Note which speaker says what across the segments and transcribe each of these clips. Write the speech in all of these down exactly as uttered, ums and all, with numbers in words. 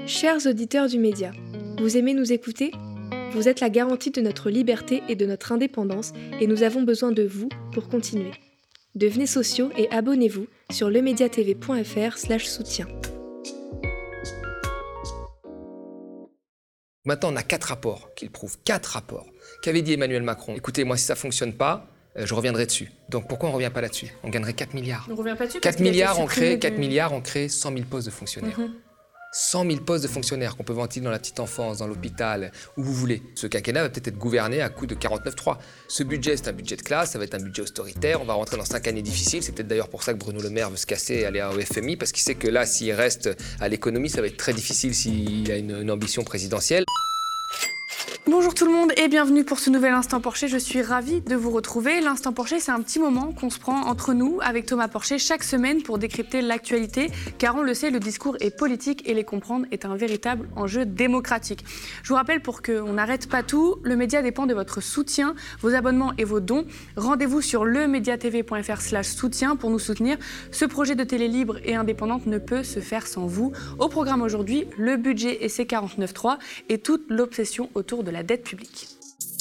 Speaker 1: Chers auditeurs du média, vous aimez nous écouter ? Vous êtes la garantie de notre liberté et de notre indépendance et nous avons besoin de vous pour continuer. Devenez sociaux et abonnez-vous sur lemediatv.fr slash soutien.
Speaker 2: Maintenant, on a quatre rapports qui le prouvent. Quatre rapports. Qu'avait dit Emmanuel Macron ? Écoutez, moi, si ça ne fonctionne pas, euh, je reviendrai dessus. Donc pourquoi on ne revient pas là-dessus ? On gagnerait quatre milliards.
Speaker 1: On ne revient pas dessus
Speaker 2: quatre milliards, on crée, quatre milliards, on crée cent mille postes de fonctionnaires.
Speaker 1: Mm-hmm.
Speaker 2: cent mille postes de fonctionnaires qu'on peut ventiler dans la petite enfance, dans l'hôpital, où vous voulez. Ce quinquennat va peut-être être gouverné à coup de quarante-neuf trois. Ce budget, c'est un budget de classe, ça va être un budget austéritaire, on va rentrer dans cinq années difficiles. C'est peut-être d'ailleurs pour ça que Bruno Le Maire veut se casser et aller au F M I, parce qu'il sait que là, s'il reste à l'économie, ça va être très difficile s'il a une, une ambition présidentielle.
Speaker 3: Bonjour tout le monde et bienvenue pour ce nouvel Instant Porcher. Je suis ravie de vous retrouver. L'Instant Porcher, c'est un petit moment qu'on se prend entre nous avec Thomas Porcher chaque semaine pour décrypter l'actualité, car on le sait, le discours est politique et les comprendre est un véritable enjeu démocratique. Je vous rappelle, pour qu'on n'arrête pas tout, le média dépend de votre soutien, vos abonnements et vos dons. Rendez-vous sur lemediatv.fr slash soutien pour nous soutenir. Ce projet de télé libre et indépendante ne peut se faire sans vous. Au programme aujourd'hui, le budget et ses quarante-neuf trois et toute l'obsession autour de la dette publique.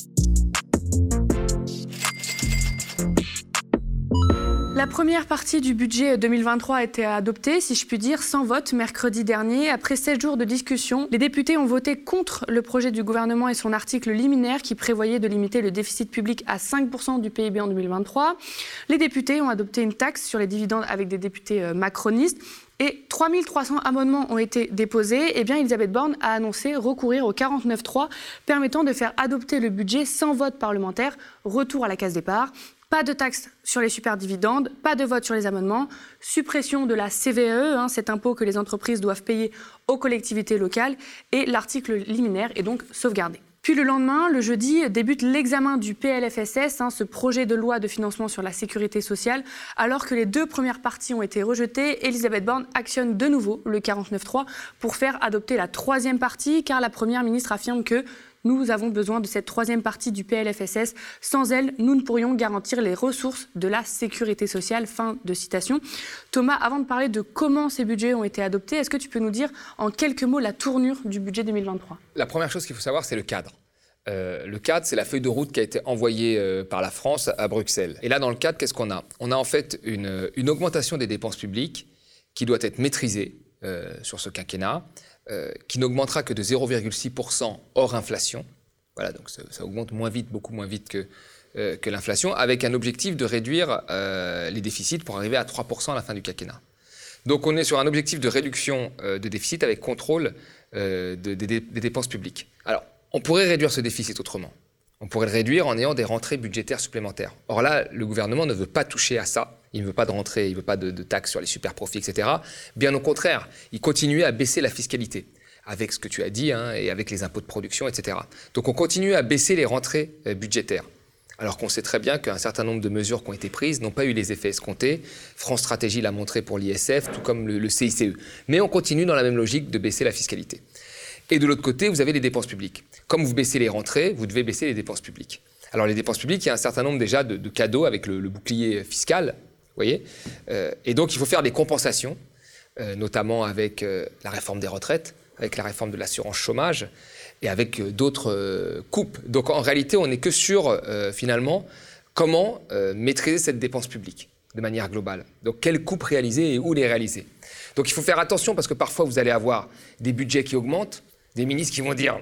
Speaker 3: La première partie du budget deux mille vingt-trois a été adoptée, si je puis dire, sans vote mercredi dernier. Après sept jours de discussion, les députés ont voté contre le projet du gouvernement et son article liminaire qui prévoyait de limiter le déficit public à cinq pour cent du P I B en deux mille vingt-trois. Les députés ont adopté une taxe sur les dividendes avec des députés macronistes. Et trois mille trois cents amendements ont été déposés. Eh bien, Elisabeth Borne a annoncé recourir au quarante-neuf trois, permettant de faire adopter le budget sans vote parlementaire. Retour à la case départ. Pas de taxe sur les superdividendes, pas de vote sur les amendements, suppression de la C V A E, hein, cet impôt que les entreprises doivent payer aux collectivités locales, et l'article liminaire est donc sauvegardé. Puis le lendemain, le jeudi, débute l'examen du P L F S S, hein, ce projet de loi de financement sur la sécurité sociale. Alors que les deux premières parties ont été rejetées, Elisabeth Borne actionne de nouveau le quarante-neuf trois pour faire adopter la troisième partie, car la Première ministre affirme que nous avons besoin de cette troisième partie du P L F S S. Sans elle, nous ne pourrions garantir les ressources de la sécurité sociale. Fin de citation. Thomas, avant de parler de comment ces budgets ont été adoptés, est-ce que tu peux nous dire en quelques mots la tournure du budget deux mille vingt-trois ?
Speaker 2: La première chose qu'il faut savoir, c'est le cadre. Euh, le cadre, c'est la feuille de route qui a été envoyée euh, par la France à Bruxelles. Et là, dans le cadre, qu'est-ce qu'on a ? On a en fait une, une augmentation des dépenses publiques qui doit être maîtrisée euh, sur ce quinquennat, Euh, qui n'augmentera que de zéro virgule six pour cent hors inflation. Voilà, donc ça, ça augmente moins vite, beaucoup moins vite que, euh, que l'inflation, avec un objectif de réduire euh, les déficits pour arriver à trois pour cent à la fin du quinquennat. Donc on est sur un objectif de réduction euh, de déficit avec contrôle euh, de, de, de, des dépenses publiques. Alors, on pourrait réduire ce déficit autrement. On pourrait le réduire en ayant des rentrées budgétaires supplémentaires. Or là, le gouvernement ne veut pas toucher à ça. Il ne veut pas de rentrée, il ne veut pas de, de taxes sur les super-profits, et cetera. Bien au contraire, il continue à baisser la fiscalité, avec ce que tu as dit, hein, et avec les impôts de production, et cetera. Donc on continue à baisser les rentrées euh, budgétaires. Alors qu'on sait très bien qu'un certain nombre de mesures qui ont été prises n'ont pas eu les effets escomptés. France Stratégie l'a montré pour l'I S F, tout comme le, le C I C E. Mais on continue dans la même logique de baisser la fiscalité. Et de l'autre côté, vous avez les dépenses publiques. Comme vous baissez les rentrées, vous devez baisser les dépenses publiques. Alors les dépenses publiques, il y a un certain nombre déjà de, de cadeaux avec le, le bouclier fiscal, vous voyez, euh, et donc il faut faire des compensations, euh, notamment avec euh, la réforme des retraites, avec la réforme de l'assurance chômage et avec euh, d'autres euh, coupes. Donc en réalité, on n'est que sur, euh, finalement, comment euh, maîtriser cette dépense publique de manière globale. Donc quelles coupes réaliser et où les réaliser. Donc il faut faire attention parce que parfois vous allez avoir des budgets qui augmentent, des ministres qui vont dire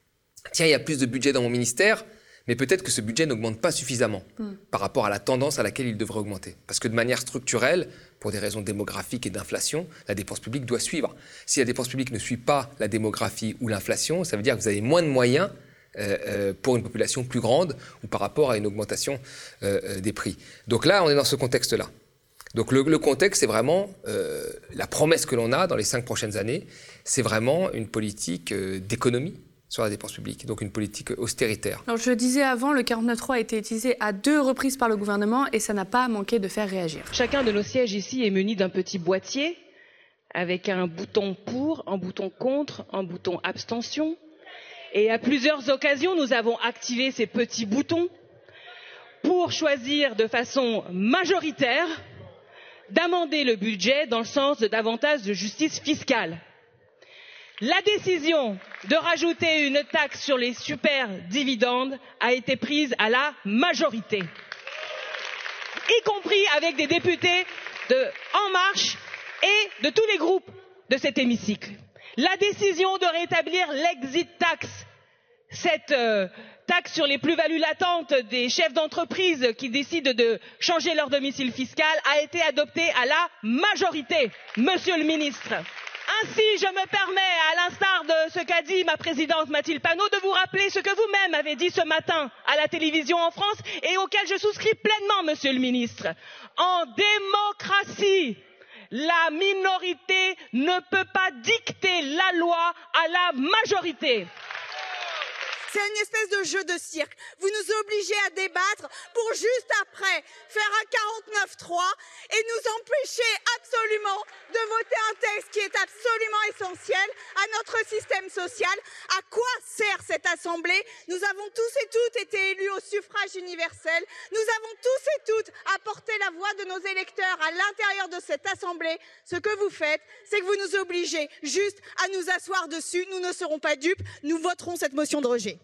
Speaker 2: « Tiens, il y a plus de budget dans mon ministère », mais peut-être que ce budget n'augmente pas suffisamment mm. par rapport à la tendance à laquelle il devrait augmenter. Parce que de manière structurelle, pour des raisons démographiques et d'inflation, la dépense publique doit suivre. Si la dépense publique ne suit pas la démographie ou l'inflation, ça veut dire que vous avez moins de moyens euh, euh, pour une population plus grande ou par rapport à une augmentation euh, des prix. Donc là, on est dans ce contexte-là. Donc le, le contexte, c'est vraiment euh, la promesse que l'on a dans les cinq prochaines années, c'est vraiment une politique euh, d'économie sur la dépense publique, donc une politique austéritaire.
Speaker 3: Alors je le disais avant, le quarante-neuf trois a été utilisé à deux reprises par le gouvernement et ça n'a pas manqué de faire réagir.
Speaker 4: Chacun de nos sièges ici est muni d'un petit boîtier avec un bouton pour, un bouton contre, un bouton abstention. Et à plusieurs occasions, nous avons activé ces petits boutons pour choisir de façon majoritaire d'amender le budget dans le sens de davantage de justice fiscale. La décision de rajouter une taxe sur les super dividendes a été prise à la majorité, y compris avec des députés de En Marche et de tous les groupes de cet hémicycle. La décision de rétablir l'exit tax, cette euh, taxe sur les plus-values latentes des chefs d'entreprise qui décident de changer leur domicile fiscal, a été adoptée à la majorité, monsieur le ministre. Ainsi, je me permets, à l'instar de ce qu'a dit ma présidente Mathilde Panot, de vous rappeler ce que vous-même avez dit ce matin à la télévision en France et auquel je souscris pleinement, monsieur le ministre. En démocratie, la minorité ne peut pas dicter la loi à la majorité.
Speaker 5: C'est une espèce de jeu de cirque. Vous nous obligez à débattre pour juste après faire un quarante-neuf trois et nous empêcher absolument de voter un texte qui est absolument essentiel à notre système social. À quoi sert cette assemblée? Nous avons tous et toutes été élus au suffrage universel. Nous avons tous et toutes apporté la voix de nos électeurs à l'intérieur de cette assemblée. Ce que vous faites, c'est que vous nous obligez juste à nous asseoir dessus. Nous ne serons pas dupes. Nous voterons cette motion de rejet.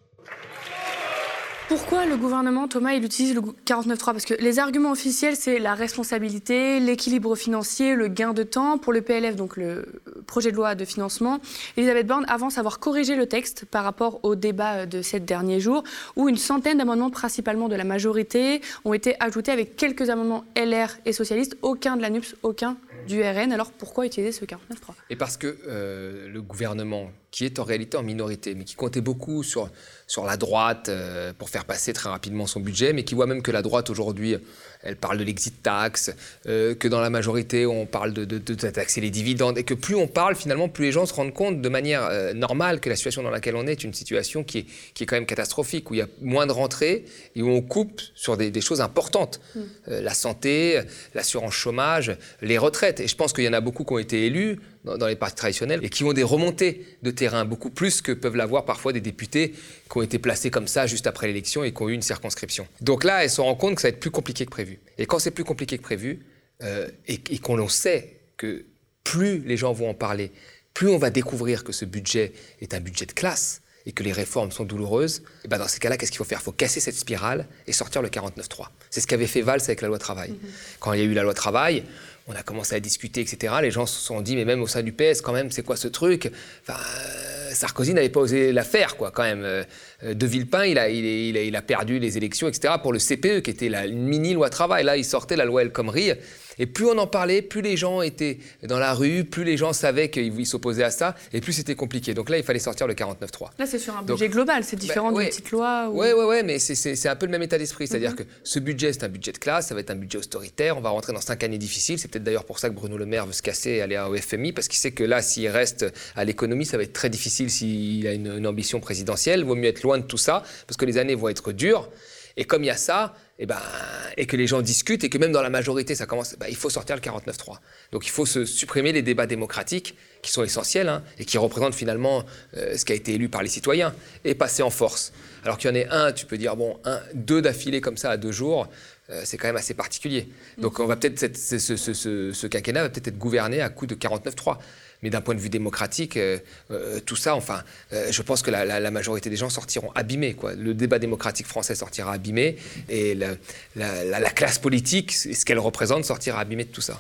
Speaker 3: Pourquoi le gouvernement, Thomas, il utilise le quarante-neuf trois? Parce que les arguments officiels, c'est la responsabilité, l'équilibre financier, le gain de temps. Pour le P L F, donc le projet de loi de financement, Elisabeth Borne avance avoir corrigé le texte par rapport au débat de ces derniers jours, où une centaine d'amendements, principalement de la majorité, ont été ajoutés avec quelques amendements L R et socialistes, aucun de la N U P S, aucun du R N. Alors pourquoi utiliser ce quarante-neuf trois?
Speaker 2: Et parce que euh, le gouvernement, qui est en réalité en minorité, mais qui comptait beaucoup sur, sur la droite euh, pour faire passer très rapidement son budget, mais qui voit même que la droite aujourd'hui, elle parle de l'exit tax, euh, que dans la majorité on parle de, de, de taxer les dividendes, et que plus on parle finalement, plus les gens se rendent compte de manière euh, normale que la situation dans laquelle on est est une situation qui est, qui est quand même catastrophique, où il y a moins de rentrées et où on coupe sur des, des choses importantes. Mmh. Euh, la santé, l'assurance chômage, les retraites. Et je pense qu'il y en a beaucoup qui ont été élus dans les partis traditionnels et qui ont des remontées de terrain beaucoup plus que peuvent l'avoir parfois des députés qui ont été placés comme ça juste après l'élection et qui ont eu une circonscription. Donc là, elles se rendent compte que ça va être plus compliqué que prévu. Et quand c'est plus compliqué que prévu, euh, et, et qu'on le sait que plus les gens vont en parler, plus on va découvrir que ce budget est un budget de classe et que les réformes sont douloureuses, et ben dans ces cas-là, qu'est-ce qu'il faut faire? Il faut casser cette spirale et sortir le quarante-neuf trois. C'est ce qu'avait fait Valls avec la loi travail. Mmh. Quand il y a eu la loi travail, on a commencé à discuter, et cetera. Les gens se sont dit, mais même au sein du P S, quand même, c'est quoi ce truc? Enfin, euh, Sarkozy n'avait pas osé la faire, quoi, quand même. Euh, de Villepin, il a, il, il, a, il a perdu les élections, et cetera, pour le C P E, qui était la, une mini-loi travail. Là, il sortait la loi El Khomri. Et plus on en parlait, plus les gens étaient dans la rue, plus les gens savaient qu'ils s'opposaient à ça, et plus c'était compliqué. Donc là, il fallait sortir le quarante-neuf trois.
Speaker 3: Là, c'est sur un budget Donc, global, c'est différent bah, ouais, d'une petite loi.
Speaker 2: Oui, ou... oui, ouais, mais c'est un peu le même état d'esprit. C'est-à-dire mm-hmm. que ce budget, c'est un budget de classe, ça va être un budget austéritaire, on va rentrer dans cinq années difficiles. C'est peut-être d'ailleurs pour ça que Bruno Le Maire veut se casser et aller au F M I, parce qu'il sait que là, s'il reste à l'économie, ça va être très difficile s'il a une, une ambition présidentielle. Il vaut mieux être loin de tout ça, parce que les années vont être dures. Et comme il y a ça, et, ben, et que les gens discutent, et que même dans la majorité, ça commence, ben, il faut sortir le quarante-neuf trois. Donc il faut se supprimer les débats démocratiques, qui sont essentiels, hein, et qui représentent finalement euh, ce qui a été élu par les citoyens, et passer en force. Alors qu'il y en ait un, tu peux dire, bon, un, deux d'affilée comme ça à deux jours, euh, c'est quand même assez particulier. Donc on va peut-être, cette, ce, ce, ce, ce quinquennat va peut-être être gouverné à coup de quarante-neuf trois. Mais d'un point de vue démocratique, euh, euh, tout ça, enfin, euh, je pense que la, la, la majorité des gens sortiront abîmés, quoi. Le débat démocratique français sortira abîmé, et la, la, la, la classe politique, ce qu'elle représente, sortira abîmée de tout ça.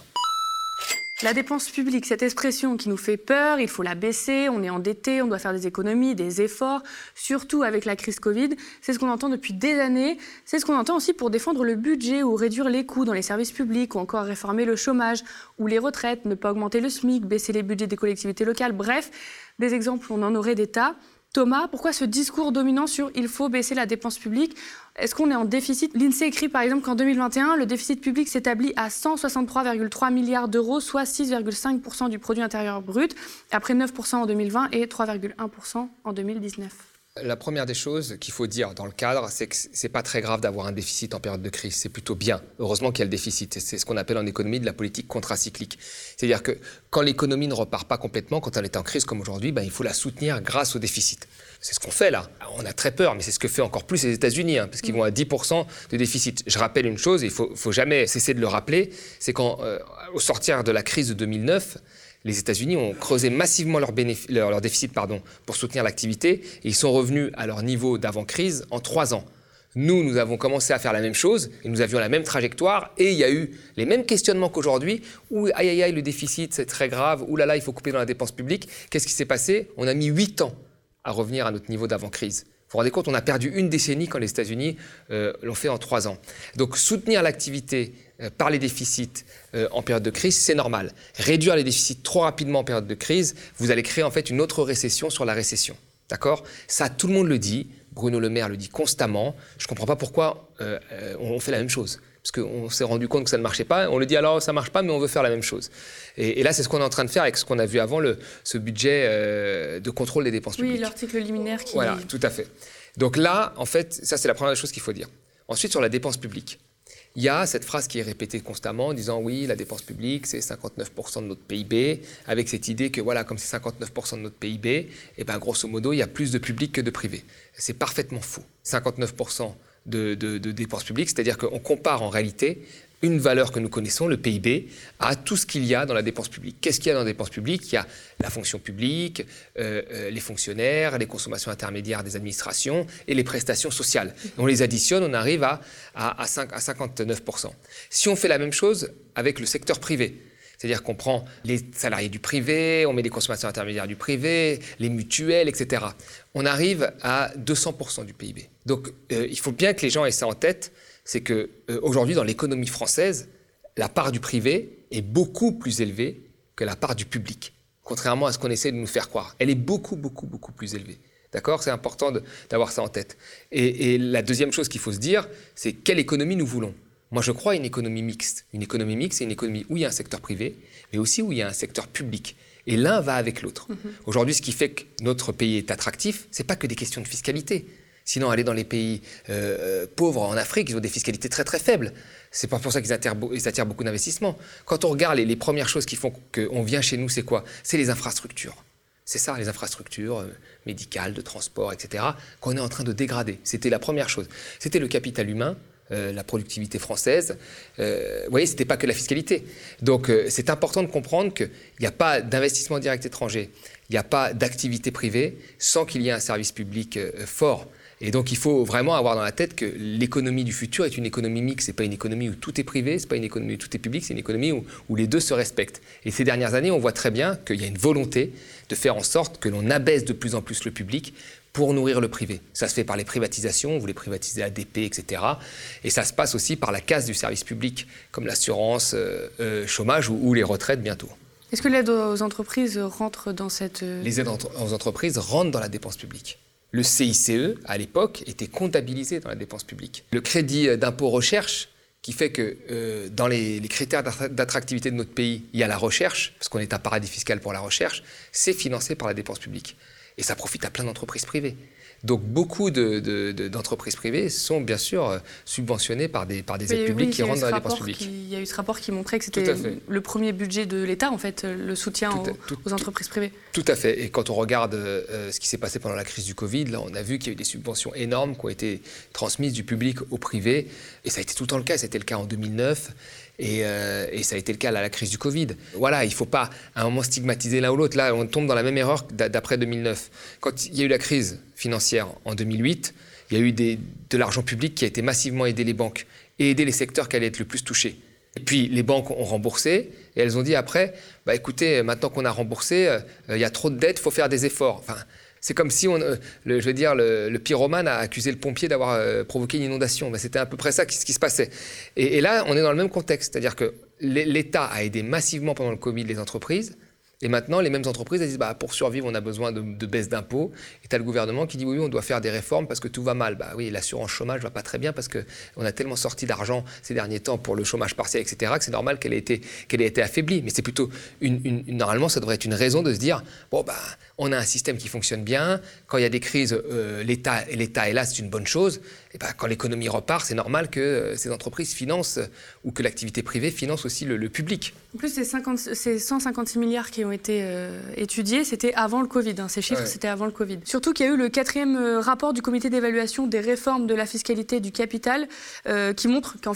Speaker 3: La dépense publique, cette expression qui nous fait peur, il faut la baisser, on est endetté, on doit faire des économies, des efforts, surtout avec la crise Covid. C'est ce qu'on entend depuis des années. C'est ce qu'on entend aussi pour défendre le budget ou réduire les coûts dans les services publics ou encore réformer le chômage ou les retraites, ne pas augmenter le SMIC, baisser les budgets des collectivités locales. Bref, des exemples, on en aurait des tas. Thomas, pourquoi ce discours dominant sur « il faut baisser la dépense publique » ? Est-ce qu'on est en déficit ? L'INSEE écrit par exemple qu'en deux mille vingt et un, le déficit public s'établit à cent soixante-trois virgule trois milliards d'euros, soit six virgule cinq pour cent du produit intérieur brut, après neuf pour cent en deux mille vingt et trois virgule un pour cent en deux mille dix-neuf.
Speaker 2: La première des choses qu'il faut dire dans le cadre, c'est que c'est pas très grave d'avoir un déficit en période de crise. C'est plutôt bien. Heureusement qu'il y a le déficit. C'est ce qu'on appelle en économie de la politique contracyclique. C'est-à-dire que quand l'économie ne repart pas complètement, quand elle est en crise comme aujourd'hui, ben, il faut la soutenir grâce au déficit. C'est ce qu'on fait là. On a très peur, mais c'est ce que fait encore plus les États-Unis, hein, parce qu'ils vont à dix pour cent de déficit. Je rappelle une chose, il faut, faut jamais cesser de le rappeler, c'est qu'au euh, sortir de la crise de deux mille neuf, Les États-Unis ont creusé massivement leur, bénéf- leur, leur déficit pardon, pour soutenir l'activité et ils sont revenus à leur niveau d'avant-crise en trois ans. Nous, nous avons commencé à faire la même chose et nous avions la même trajectoire et il y a eu les mêmes questionnements qu'aujourd'hui. Ouh, aïe, aïe, aïe, le déficit, c'est très grave. Ouh là là, il faut couper dans la dépense publique. Qu'est-ce qui s'est passé? On a mis huit ans à revenir à notre niveau d'avant-crise. Vous vous rendez compte, on a perdu une décennie quand les États-Unis euh, l'ont fait en trois ans. Donc, soutenir l'activité euh, par les déficits euh, en période de crise, c'est normal. Réduire les déficits trop rapidement en période de crise, vous allez créer en fait une autre récession sur la récession. D'accord? Ça, tout le monde le dit. Bruno Le Maire le dit constamment. Je ne comprends pas pourquoi euh, euh, on fait la même chose. Parce qu'on s'est rendu compte que ça ne marchait pas. On le dit alors, ça ne marche pas, mais on veut faire la même chose. Et, et là, c'est ce qu'on est en train de faire avec ce qu'on a vu avant, le, ce budget euh, de contrôle des dépenses publiques.
Speaker 3: Oui, l'article liminaire qui...
Speaker 2: Voilà, tout à fait. Donc là, en fait, ça, c'est la première chose qu'il faut dire. Ensuite, sur la dépense publique. Il y a cette phrase qui est répétée constamment en disant oui, la dépense publique, c'est cinquante-neuf pour cent de notre P I B, avec cette idée que voilà, comme c'est cinquante-neuf pour cent de notre P I B, et ben, grosso modo, il y a plus de public que de privé. C'est parfaitement faux. cinquante-neuf pour cent de, de, de dépenses publiques, c'est-à-dire qu'on compare en réalité une valeur que nous connaissons, le P I B, à tout ce qu'il y a dans la dépense publique. Qu'est-ce qu'il y a dans la dépense publique? Il y a la fonction publique, euh, euh, les fonctionnaires, les consommations intermédiaires des administrations et les prestations sociales. On les additionne, on arrive à, à, à, cinq, à cinquante-neuf pour cent. Si on fait la même chose avec le secteur privé, c'est-à-dire qu'on prend les salariés du privé, on met les consommations intermédiaires du privé, les mutuelles, et cetera. On arrive à deux cents pour cent du P I B. Donc, euh, il faut bien que les gens aient ça en tête. C'est qu'aujourd'hui, euh, dans l'économie française, la part du privé est beaucoup plus élevée que la part du public, contrairement à ce qu'on essaie de nous faire croire. Elle est beaucoup, beaucoup, beaucoup plus élevée. D'accord? C'est important de, d'avoir ça en tête. Et, et la deuxième chose qu'il faut se dire, c'est quelle économie nous voulons. Moi, je crois à une économie mixte. Une économie mixte, c'est une économie où il y a un secteur privé, mais aussi où il y a un secteur public. Et l'un va avec l'autre. Mmh. Aujourd'hui, ce qui fait que notre pays est attractif, ce n'est pas que des questions de fiscalité. Sinon, aller dans les pays euh, pauvres en Afrique, ils ont des fiscalités très très faibles. C'est pas pour ça qu'ils attirent, ils attirent beaucoup d'investissements. Quand on regarde les, les premières choses qui font qu'on vient chez nous, c'est quoi? C'est les infrastructures. C'est ça, les infrastructures euh, médicales, de transport, et cetera, qu'on est en train de dégrader. C'était la première chose. C'était le capital humain, euh, la productivité française. Euh, vous voyez, c'était pas que la fiscalité. Donc, euh, c'est important de comprendre qu'il n'y a pas d'investissement direct étranger, il n'y a pas d'activité privée sans qu'il y ait un service public euh, fort. Et donc, il faut vraiment avoir dans la tête que l'économie du futur est une économie mixte. Ce n'est pas une économie où tout est privé, ce n'est pas une économie où tout est public, c'est une économie où, où les deux se respectent. Et ces dernières années, on voit très bien qu'il y a une volonté de faire en sorte que l'on abaisse de plus en plus le public pour nourrir le privé. Ça se fait par les privatisations, vous voulez privatiser A D P, et cetera. Et ça se passe aussi par la casse du service public, comme l'assurance euh, euh, chômage ou, ou les retraites bientôt.
Speaker 3: Est-ce que l'aide aux entreprises rentre dans cette...
Speaker 2: Les aides aux entreprises rentrent dans la dépense publique. Le C I C E, à l'époque, était comptabilisé dans la dépense publique. Le crédit d'impôt recherche, qui fait que euh, dans les, les critères d'attractivité de notre pays, il y a la recherche, parce qu'on est un paradis fiscal pour la recherche, c'est financé par la dépense publique. Et ça profite à plein d'entreprises privées. Donc beaucoup de, de, de, d'entreprises privées sont bien sûr subventionnées par des, par des aides publiques oui, qui rentrent dans la dépense publique.
Speaker 3: Il y a eu ce rapport qui montrait que c'était le premier budget de l'État, en fait, le soutien tout à, aux, tout, aux entreprises privées.
Speaker 2: Tout à fait. Et quand on regarde euh, ce qui s'est passé pendant la crise du Covid, là, on a vu qu'il y a eu des subventions énormes qui ont été transmises du public au privé. Et ça a été tout le temps le cas. C'était le cas en deux mille neuf. Et, euh, et ça a été le cas à la crise du Covid. Voilà, il ne faut pas à un moment stigmatiser l'un ou l'autre. Là, on tombe dans la même erreur d'après deux mille neuf. Quand il y a eu la crise financière en deux mille huit, il y a eu des, de l'argent public qui a été massivement aidé les banques et aidé les secteurs qui allaient être le plus touchés. Et puis, les banques ont remboursé et elles ont dit après, bah, écoutez, maintenant qu'on a remboursé, euh, il y a trop de dettes, il faut faire des efforts. Enfin, c'est comme si, on, euh, le, je veux dire, le, le pyromane a accusé le pompier d'avoir euh, provoqué une inondation. Ben, c'était à peu près ça qui, ce qui se passait. Et, et là, on est dans le même contexte. C'est-à-dire que l'État a aidé massivement pendant le Covid les entreprises. Et maintenant, les mêmes entreprises, elles disent bah, pour survivre, on a besoin de, de baisse d'impôts. Et tu as le gouvernement qui dit oui, on doit faire des réformes parce que tout va mal. Bah oui, l'assurance chômage ne va pas très bien parce qu'on a tellement sorti d'argent ces derniers temps pour le chômage partiel, et cetera, que c'est normal qu'elle ait été, qu'elle ait été affaiblie. Mais c'est plutôt, une, une, une, normalement, ça devrait être une raison de se dire bon, bah, on a un système qui fonctionne bien. Quand il y a des crises, euh, l'État, l'État est là, c'est une bonne chose. Et bah, quand l'économie repart, c'est normal que euh, ces entreprises financent euh, ou que l'activité privée finance aussi le, le public.
Speaker 3: En plus, ces, cinquante, ces cent cinquante-six milliards qui ont été euh, étudiés, c'était avant le Covid. Hein. Ces chiffres, ouais. C'était avant le Covid. Surtout qu'il y a eu le quatrième euh, rapport du comité d'évaluation des réformes de la fiscalité du capital euh, qui montre qu'en fait,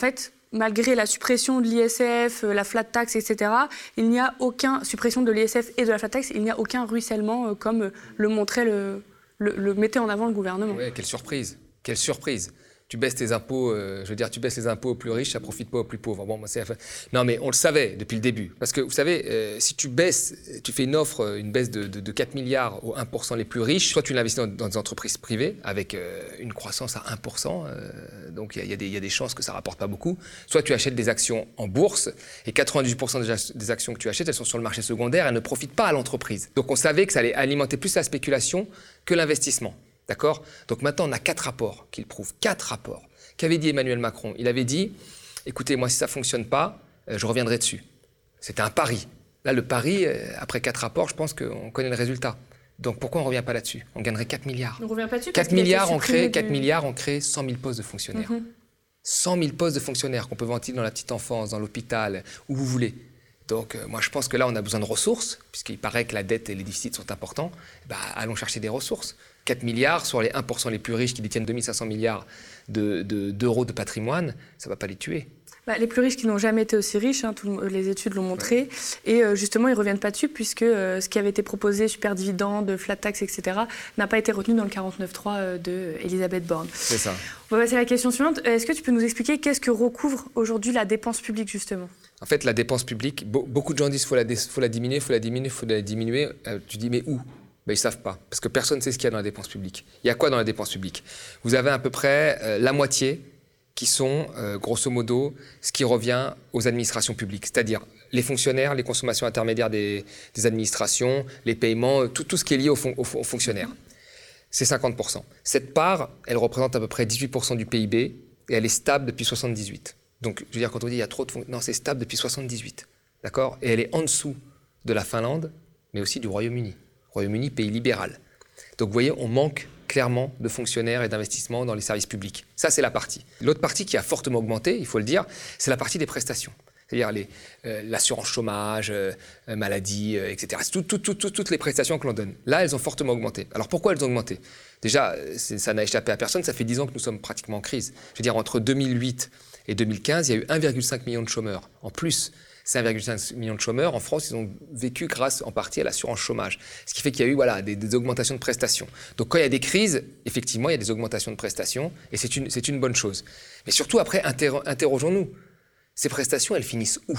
Speaker 3: malgré la suppression de l'I S F, la flat tax, et cetera, il n'y a aucun suppression de l'I S F et de la flat tax, il n'y a aucun ruissellement comme le montrait le, le, le mettait en avant le gouvernement.
Speaker 2: Oui, quelle surprise, quelle surprise. Tu baisses tes impôts, euh, je veux dire, tu baisses les impôts aux plus riches, ça ne profite pas aux plus pauvres. Bon, moi, c'est... Non, mais on le savait depuis le début. Parce que, vous savez, euh, si tu baisses, tu fais une offre, une baisse de, de, de quatre milliards aux un pour cent les plus riches, soit tu l'investis dans, dans des entreprises privées avec euh, une croissance à un pour cent, euh, donc il y, y, y a des chances que ça ne rapporte pas beaucoup, soit tu achètes des actions en bourse, et quatre-vingt-dix pour cent des actions que tu achètes, elles sont sur le marché secondaire, elles ne profitent pas à l'entreprise. Donc on savait que ça allait alimenter plus la spéculation que l'investissement. D'accord ? Donc maintenant, on a quatre rapports qui le prouvent. Quatre rapports. Qu'avait dit Emmanuel Macron ? Il avait dit, écoutez, moi, si ça ne fonctionne pas, euh, je reviendrai dessus. C'était un pari. Là, le pari, euh, après quatre rapports, je pense qu'on connaît le résultat. Donc pourquoi on ne revient pas là-dessus ? On gagnerait quatre milliards.
Speaker 3: On ne revient pas dessus
Speaker 2: quatre milliards, on crée, quatre milliards, on crée cent mille postes de fonctionnaires.
Speaker 3: Mm-hmm.
Speaker 2: cent mille postes de fonctionnaires qu'on peut ventiler dans la petite enfance, dans l'hôpital, où vous voulez. Donc, euh, moi, je pense que là, on a besoin de ressources, puisqu'il paraît que la dette et les déficits sont importants. Bah, allons chercher des ressources. quatre milliards sur les un pour cent les plus riches qui détiennent deux mille cinq cents milliards de, de, d'euros de patrimoine, ça ne va pas les tuer.
Speaker 3: Bah, les plus riches qui n'ont jamais été aussi riches, hein, tout, les études l'ont montré. Ouais. Et euh, justement, ils ne reviennent pas dessus, puisque euh, ce qui avait été proposé, super dividende, flat tax, et cetera, n'a pas été retenu dans le quarante-neuf trois euh, d'Elisabeth Borne.
Speaker 2: C'est ça.
Speaker 3: On va passer à la question suivante. Est-ce que tu peux nous expliquer qu'est-ce que recouvre aujourd'hui la dépense publique, justement ?
Speaker 2: En fait, la dépense publique, be- beaucoup de gens disent qu'il faut la, dé- faut la diminuer, il faut la diminuer, il faut la diminuer. Euh, tu dis, mais où ? Ben, ils ne savent pas, parce que personne ne sait ce qu'il y a dans la dépense publique. Il y a quoi dans la dépense publique ? Vous avez à peu près euh, la moitié qui sont, euh, grosso modo, ce qui revient aux administrations publiques, c'est-à-dire les fonctionnaires, les consommations intermédiaires des, des administrations, les paiements, tout, tout ce qui est lié aux, fon- aux, aux fonctionnaires. C'est cinquante pour cent. Cette part, elle représente à peu près dix-huit pour cent du P I B et elle est stable depuis soixante-dix-huit. Donc, je veux dire, quand on dit il y a trop de fonctionnaires, non, c'est stable depuis soixante-dix-huit. D'accord ? Et elle est en dessous de la Finlande, mais aussi du Royaume-Uni. Royaume-Uni, pays libéral. Donc, vous voyez, on manque clairement de fonctionnaires et d'investissements dans les services publics. Ça, c'est la partie. L'autre partie qui a fortement augmenté, il faut le dire, c'est la partie des prestations. C'est-à-dire les, euh, l'assurance chômage, euh, maladie, euh, et cetera. C'est tout, tout, tout, tout, toutes les prestations que l'on donne. Là, elles ont fortement augmenté. Alors, pourquoi elles ont augmenté ? Déjà, ça n'a échappé à personne, ça fait dix ans que nous sommes pratiquement en crise. Je veux dire, entre deux mille huit et deux mille quinze, il y a eu un virgule cinq million de chômeurs. En plus, c'est un virgule cinq million de chômeurs. En France, ils ont vécu grâce en partie à l'assurance chômage. Ce qui fait qu'il y a eu voilà, des, des augmentations de prestations. Donc quand il y a des crises, effectivement, il y a des augmentations de prestations et c'est une, c'est une bonne chose. Mais surtout, après, interro- interrogeons-nous. Ces prestations, elles finissent où ?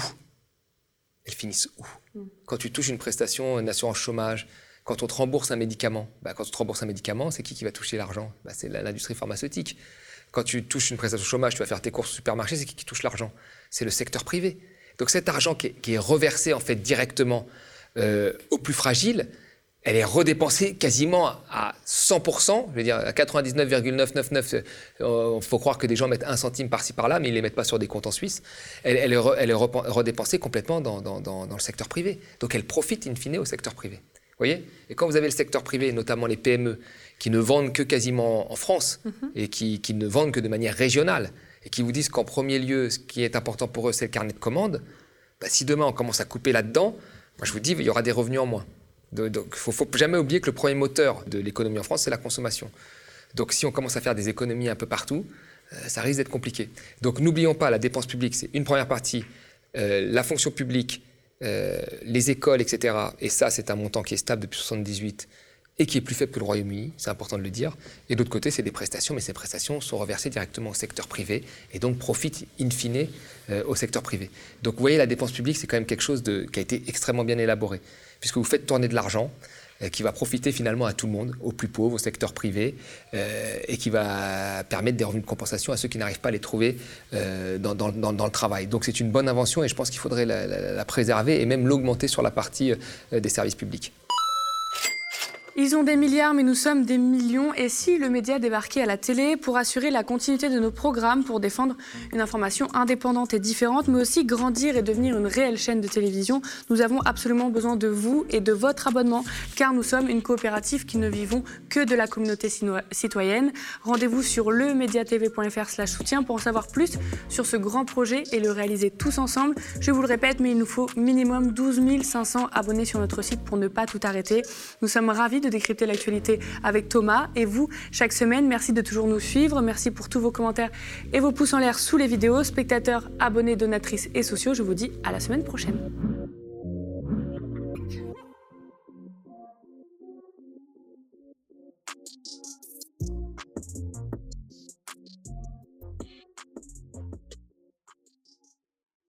Speaker 2: Elles finissent où ? mmh. Quand tu touches une prestation, une assurance chômage, quand on te rembourse un médicament, bah, quand on te rembourse un médicament, c'est qui qui va toucher l'argent ? Bah, c'est l'industrie pharmaceutique. Quand tu touches une prestation chômage, tu vas faire tes courses au supermarché, c'est qui qui touche l'argent ? C'est le secteur privé. Donc cet argent qui est, qui est reversé en fait directement euh, aux plus fragiles, elle est redépensée quasiment à cent pour cent, je veux dire à quatre-vingt-dix-neuf virgule neuf cent quatre-vingt-dix-neuf. Il euh, faut croire que des gens mettent un centime par-ci par-là, mais ils ne les mettent pas sur des comptes en Suisse. Elle, elle est, re, elle est re, redépensée complètement dans, dans, dans, dans le secteur privé. Donc elle profite in fine au secteur privé. Vous voyez ? Et quand vous avez le secteur privé, notamment les P M E, qui ne vendent que quasiment en France mm-hmm. et qui, qui ne vendent que de manière régionale, et qui vous disent qu'en premier lieu, ce qui est important pour eux, c'est le carnet de commandes, bah, si demain on commence à couper là-dedans, moi je vous dis, il y aura des revenus en moins. Donc il ne faut, faut jamais oublier que le premier moteur de l'économie en France, c'est la consommation. Donc si on commence à faire des économies un peu partout, euh, ça risque d'être compliqué. Donc n'oublions pas, la dépense publique, c'est une première partie, euh, la fonction publique, euh, les écoles, et cetera. Et ça, c'est un montant qui est stable depuis soixante-dix-huit et qui est plus faible que le Royaume-Uni, c'est important de le dire. Et d'autre côté, c'est des prestations, mais ces prestations sont reversées directement au secteur privé et donc profitent in fine euh, au secteur privé. Donc vous voyez, la dépense publique, c'est quand même quelque chose de, qui a été extrêmement bien élaboré, puisque vous faites tourner de l'argent euh, qui va profiter finalement à tout le monde, aux plus pauvres, au secteur privé, euh, et qui va permettre des revenus de compensation à ceux qui n'arrivent pas à les trouver euh, dans, dans, dans, dans le travail. Donc c'est une bonne invention et je pense qu'il faudrait la, la, la préserver et même l'augmenter sur la partie euh, des services publics.
Speaker 3: Ils ont des milliards, mais nous sommes des millions. Et si le média débarquait à la télé pour assurer la continuité de nos programmes, pour défendre une information indépendante et différente, mais aussi grandir et devenir une réelle chaîne de télévision, nous avons absolument besoin de vous et de votre abonnement, car nous sommes une coopérative qui ne vivons que de la communauté citoyenne. Rendez-vous sur lemediatv point fr slash soutien pour en savoir plus sur ce grand projet et le réaliser tous ensemble. Je vous le répète, mais il nous faut minimum douze mille cinq cents abonnés sur notre site pour ne pas tout arrêter. Nous sommes ravis de décrypter l'actualité avec Thomas et vous chaque semaine. Merci de toujours nous suivre. Merci pour tous vos commentaires et vos pouces en l'air sous les vidéos. Spectateurs, abonnés, donatrices et sociaux, je vous dis à la semaine prochaine.